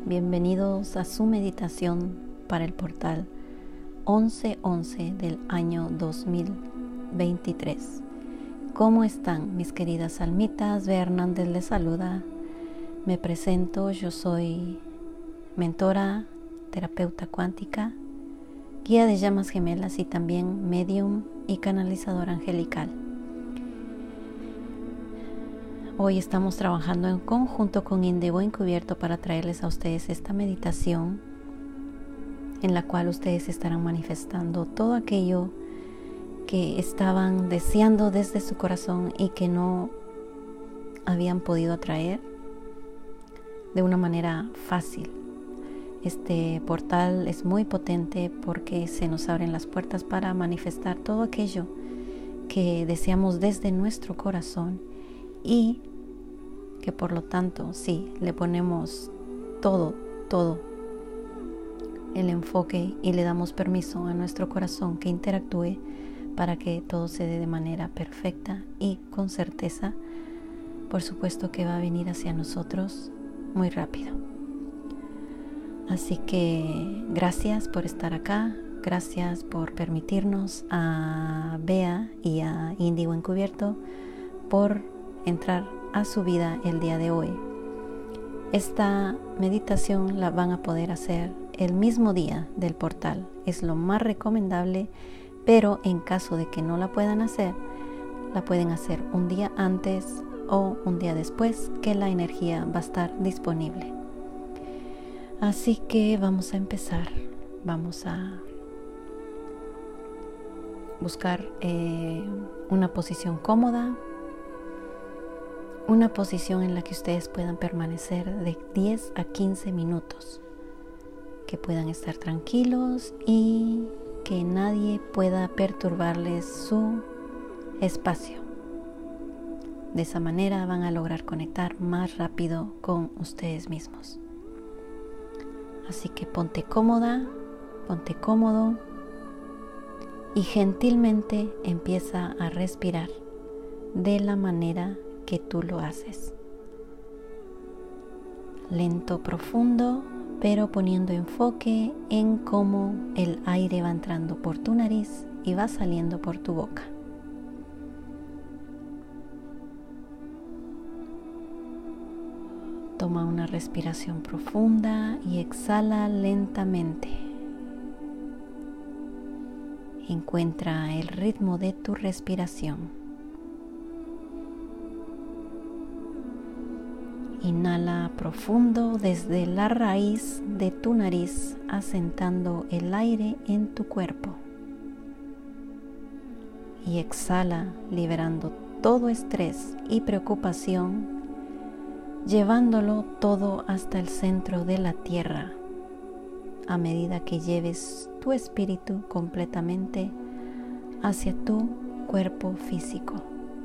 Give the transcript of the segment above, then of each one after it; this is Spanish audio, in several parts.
bienvenidos a su meditación para el portal 11-11 del año 2023. ¿Cómo están mis queridas almitas? Bea Hernández les saluda. Me presento, yo soy mentora, terapeuta cuántica, guía de llamas gemelas y también medium y canalizadora angelical. Hoy estamos trabajando en conjunto con Indigo Encubierto para traerles a ustedes esta meditación en la cual ustedes estarán manifestando todo aquello que estaban deseando desde su corazón y que no habían podido atraer de una manera fácil. Este portal es muy potente porque se nos abren las puertas para manifestar todo aquello que deseamos desde nuestro corazón y que por lo tanto, sí, le ponemos todo el enfoque y le damos permiso a nuestro corazón que interactúe para que todo se dé de manera perfecta y con certeza, por supuesto que va a venir hacia nosotros muy rápido. Así que gracias por estar acá, gracias por permitirnos a Bea y a Indigo Encubierto por entrar a su vida el día de hoy. Esta meditación la van a poder hacer el mismo día del portal, es lo más recomendable, pero en caso de que no la puedan hacer, la pueden hacer un día antes o un día después que la energía va a estar disponible. Así que vamos a empezar, vamos a buscar una posición cómoda, una posición en la que ustedes puedan permanecer de 10 a 15 minutos, que puedan estar tranquilos y que nadie pueda perturbarles su espacio. De esa manera van a lograr conectar más rápido con ustedes mismos. Así que ponte cómoda, ponte cómodo y gentilmente empieza a respirar de la manera que tú lo haces. Lento, profundo, pero poniendo enfoque en cómo el aire va entrando por tu nariz y va saliendo por tu boca. Toma una respiración profunda y exhala lentamente. Encuentra el ritmo de tu respiración. Inhala profundo desde la raíz de tu nariz, asentando el aire en tu cuerpo. Y exhala, liberando todo estrés y preocupación, llevándolo todo hasta el centro de la tierra, a medida que lleves tu espíritu completamente hacia tu cuerpo físico,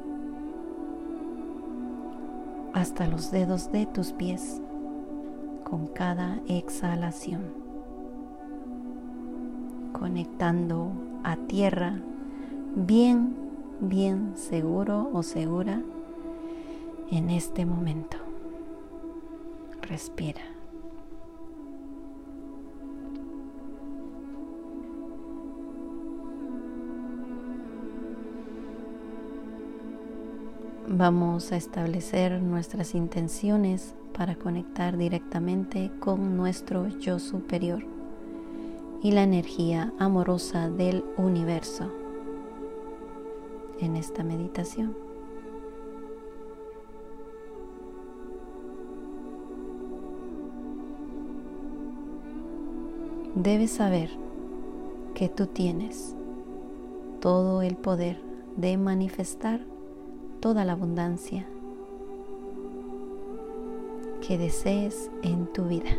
hasta los dedos de tus pies con cada exhalación, conectando a tierra bien seguro o segura en este momento. Respira. Vamos a establecer nuestras intenciones para conectar directamente con nuestro yo superior y la energía amorosa del universo en esta meditación. Debes saber que tú tienes todo el poder de manifestar toda la abundancia que desees en tu vida.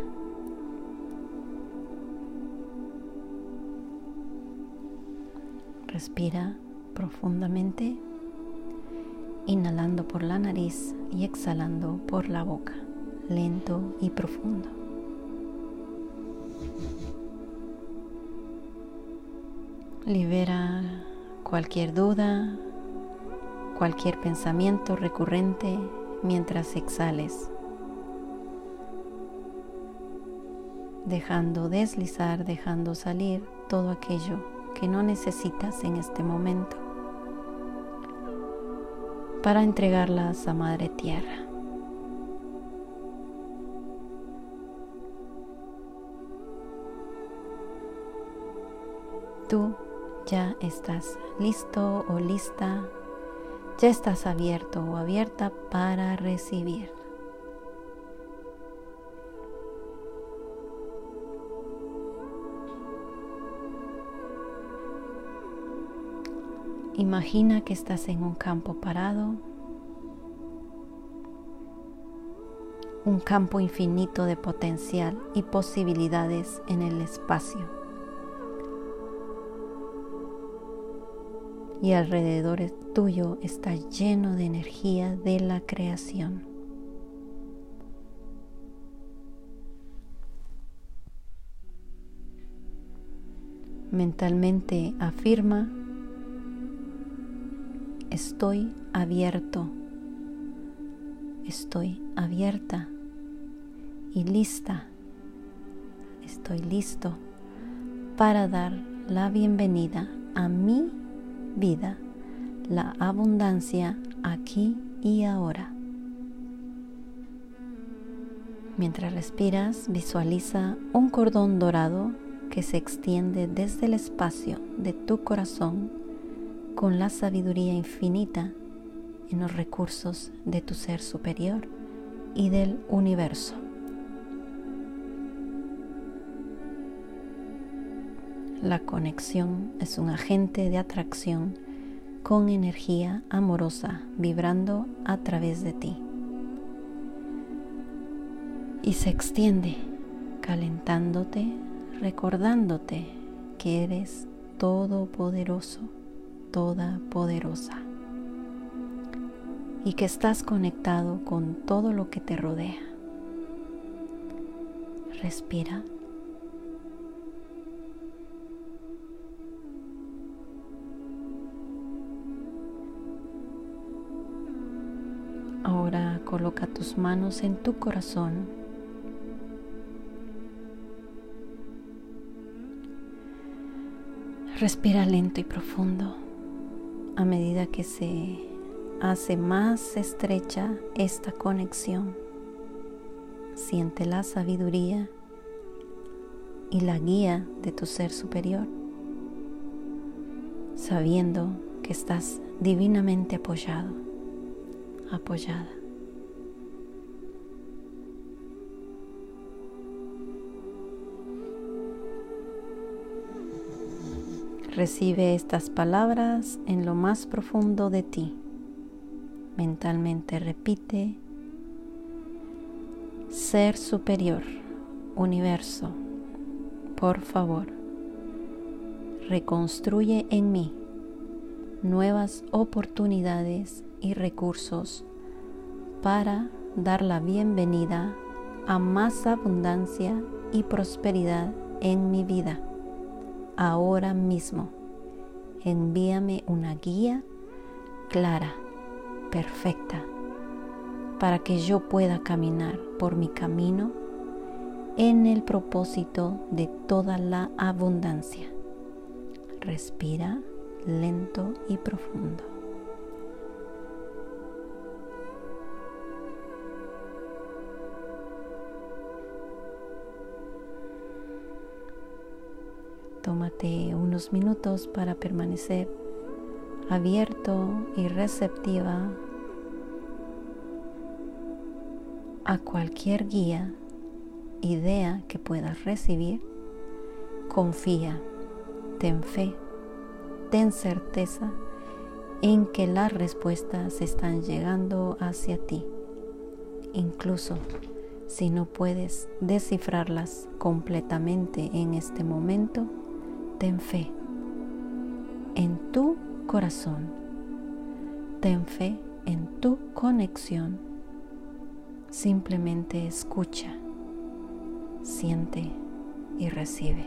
Respira profundamente, inhalando por la nariz y exhalando por la boca, lento y profundo. Libera cualquier duda, cualquier pensamiento recurrente mientras exhales. dejando deslizar, dejando salir todo aquello que no necesitas en este momento, para entregarlas a Madre Tierra. Tú ya estás listo o lista, ya estás abierto o abierta para recibir. Imagina que estás en un campo parado, un campo infinito de potencial y posibilidades en el espacio. Y alrededor tuyo está lleno de energía de la creación. Mentalmente afirma: estoy abierto, estoy abierta y lista, estoy listo para dar la bienvenida a mi vida, la abundancia aquí y ahora. Mientras respiras, visualiza un cordón dorado que se extiende desde el espacio de tu corazón con la sabiduría infinita en los recursos de tu ser superior y del universo. La conexión es un agente de atracción con energía amorosa vibrando a través de ti. Y se extiende, calentándote, recordándote que eres todopoderoso, todopoderosa, y que estás conectado con todo lo que te rodea. Respira. Ahora coloca tus manos en tu corazón. Respira lento y profundo. A medida que se hace más estrecha esta conexión, siente la sabiduría y la guía de tu ser superior, sabiendo que estás divinamente apoyado, apoyada. Recibe estas palabras en lo más profundo de ti. Mentalmente repite: Ser superior, universo, por favor, reconstruye en mí nuevas oportunidades y recursos para dar la bienvenida a más abundancia y prosperidad en mi vida. Ahora mismo, envíame una guía clara, perfecta, para que yo pueda caminar por mi camino en el propósito de toda la abundancia. Respira lento y profundo. Tómate unos minutos para permanecer abierto y receptiva a cualquier guía, idea que puedas recibir. Confía, ten fe, ten certeza en que las respuestas están llegando hacia ti, incluso si no puedes descifrarlas completamente en este momento. Ten fe en tu corazón, ten fe en tu conexión. Simplemente escucha, siente y recibe.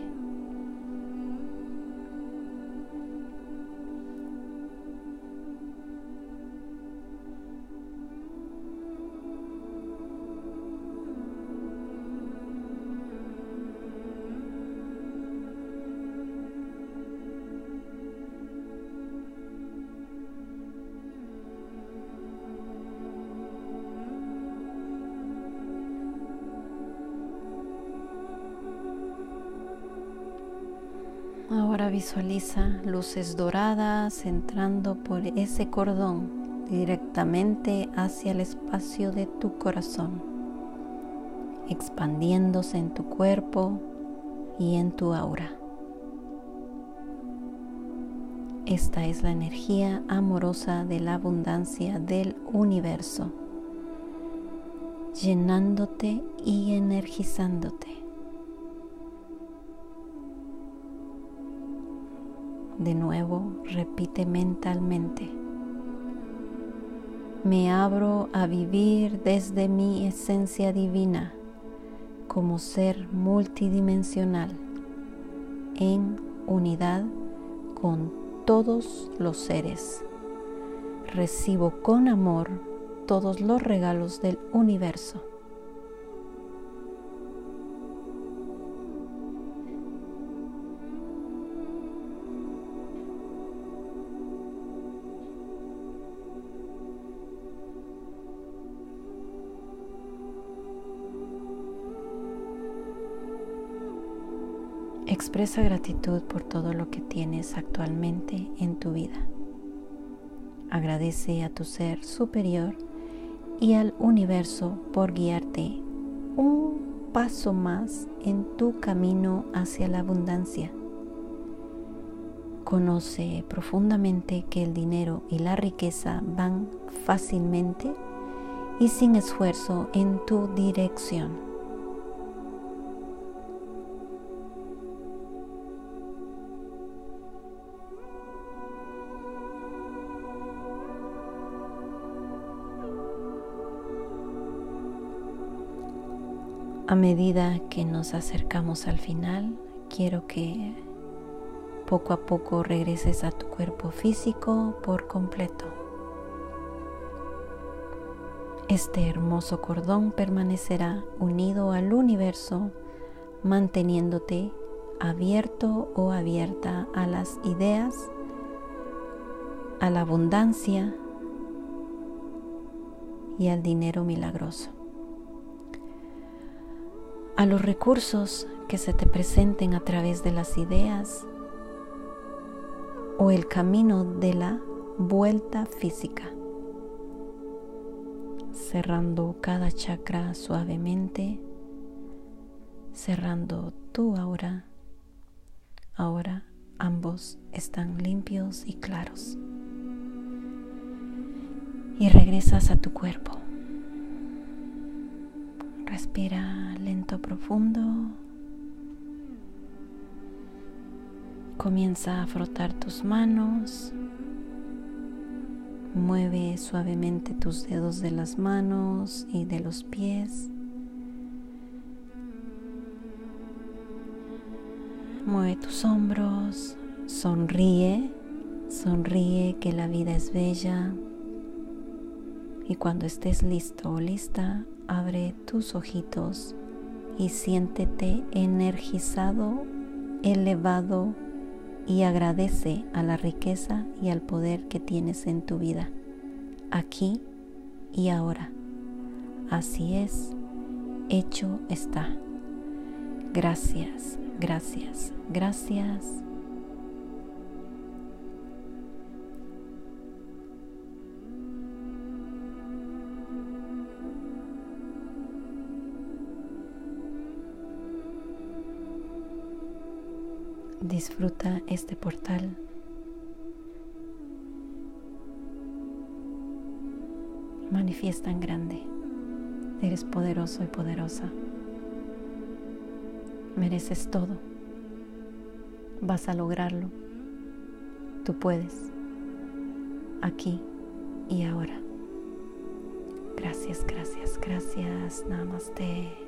Ahora visualiza luces doradas entrando por ese cordón directamente hacia el espacio de tu corazón, expandiéndose en tu cuerpo y en tu aura. Esta es la energía amorosa de la abundancia del universo, llenándote y energizándote. De nuevo, repite mentalmente: me abro a vivir desde mi esencia divina como ser multidimensional, en unidad con todos los seres. Recibo con amor todos los regalos del universo. Expresa gratitud por todo lo que tienes actualmente en tu vida. Agradece a tu ser superior y al universo por guiarte un paso más en tu camino hacia la abundancia. Conoce profundamente que el dinero y la riqueza van fácilmente y sin esfuerzo en tu dirección. A medida que nos acercamos al final, quiero que poco a poco regreses a tu cuerpo físico por completo. Este hermoso cordón permanecerá unido al universo, manteniéndote abierto o abierta a las ideas, a la abundancia y al dinero milagroso. A los recursos que se te presenten a través de las ideas o el camino de la vuelta física, cerrando cada chakra suavemente, cerrando tu aura. Ahora ambos están limpios y claros. Y regresas a tu cuerpo. Respira lento, profundo. Comienza a frotar tus manos. Mueve suavemente tus dedos de las manos y de los pies. Mueve tus hombros. Sonríe. Sonríe, que la vida es bella. Y cuando estés listo o lista, abre tus ojitos y siéntete energizado, elevado, y agradece a la riqueza y al poder que tienes en tu vida, aquí y ahora. Así es, hecho está. Gracias, gracias, gracias. Disfruta este portal. Manifiesta en grande. Eres poderoso y poderosa. Mereces todo. Vas a lograrlo. Tú puedes. Aquí y ahora. Gracias, gracias, gracias. Namaste.